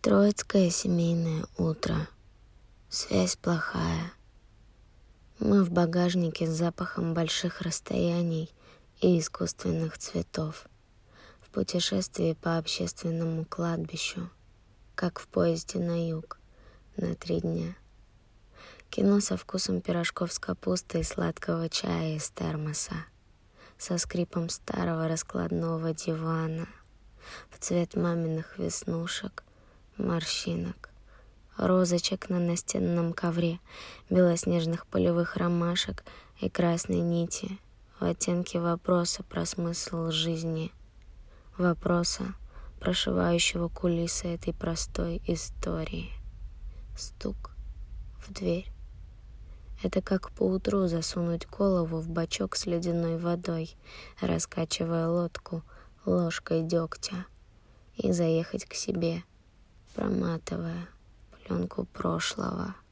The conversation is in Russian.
Троицкое семейное утро. Связь плохая. Мы в багажнике с запахом больших расстояний и искусственных цветов. В путешествии по общественному кладбищу, как в поезде на юг, на 3 дня. Кино со вкусом пирожков с капустой и сладкого чая из термоса, со скрипом старого раскладного дивана, в цвет маминых веснушек, морщинок, розочек на настенном ковре, белоснежных полевых ромашек и красной нити, в оттенке вопроса про смысл жизни, вопроса, прошивающего кулисы этой простой истории. Стук в дверь. Это как поутру засунуть голову в бачок с ледяной водой, раскачивая лодку ложкой дегтя, и заехать к себе, проматывая пленку прошлого.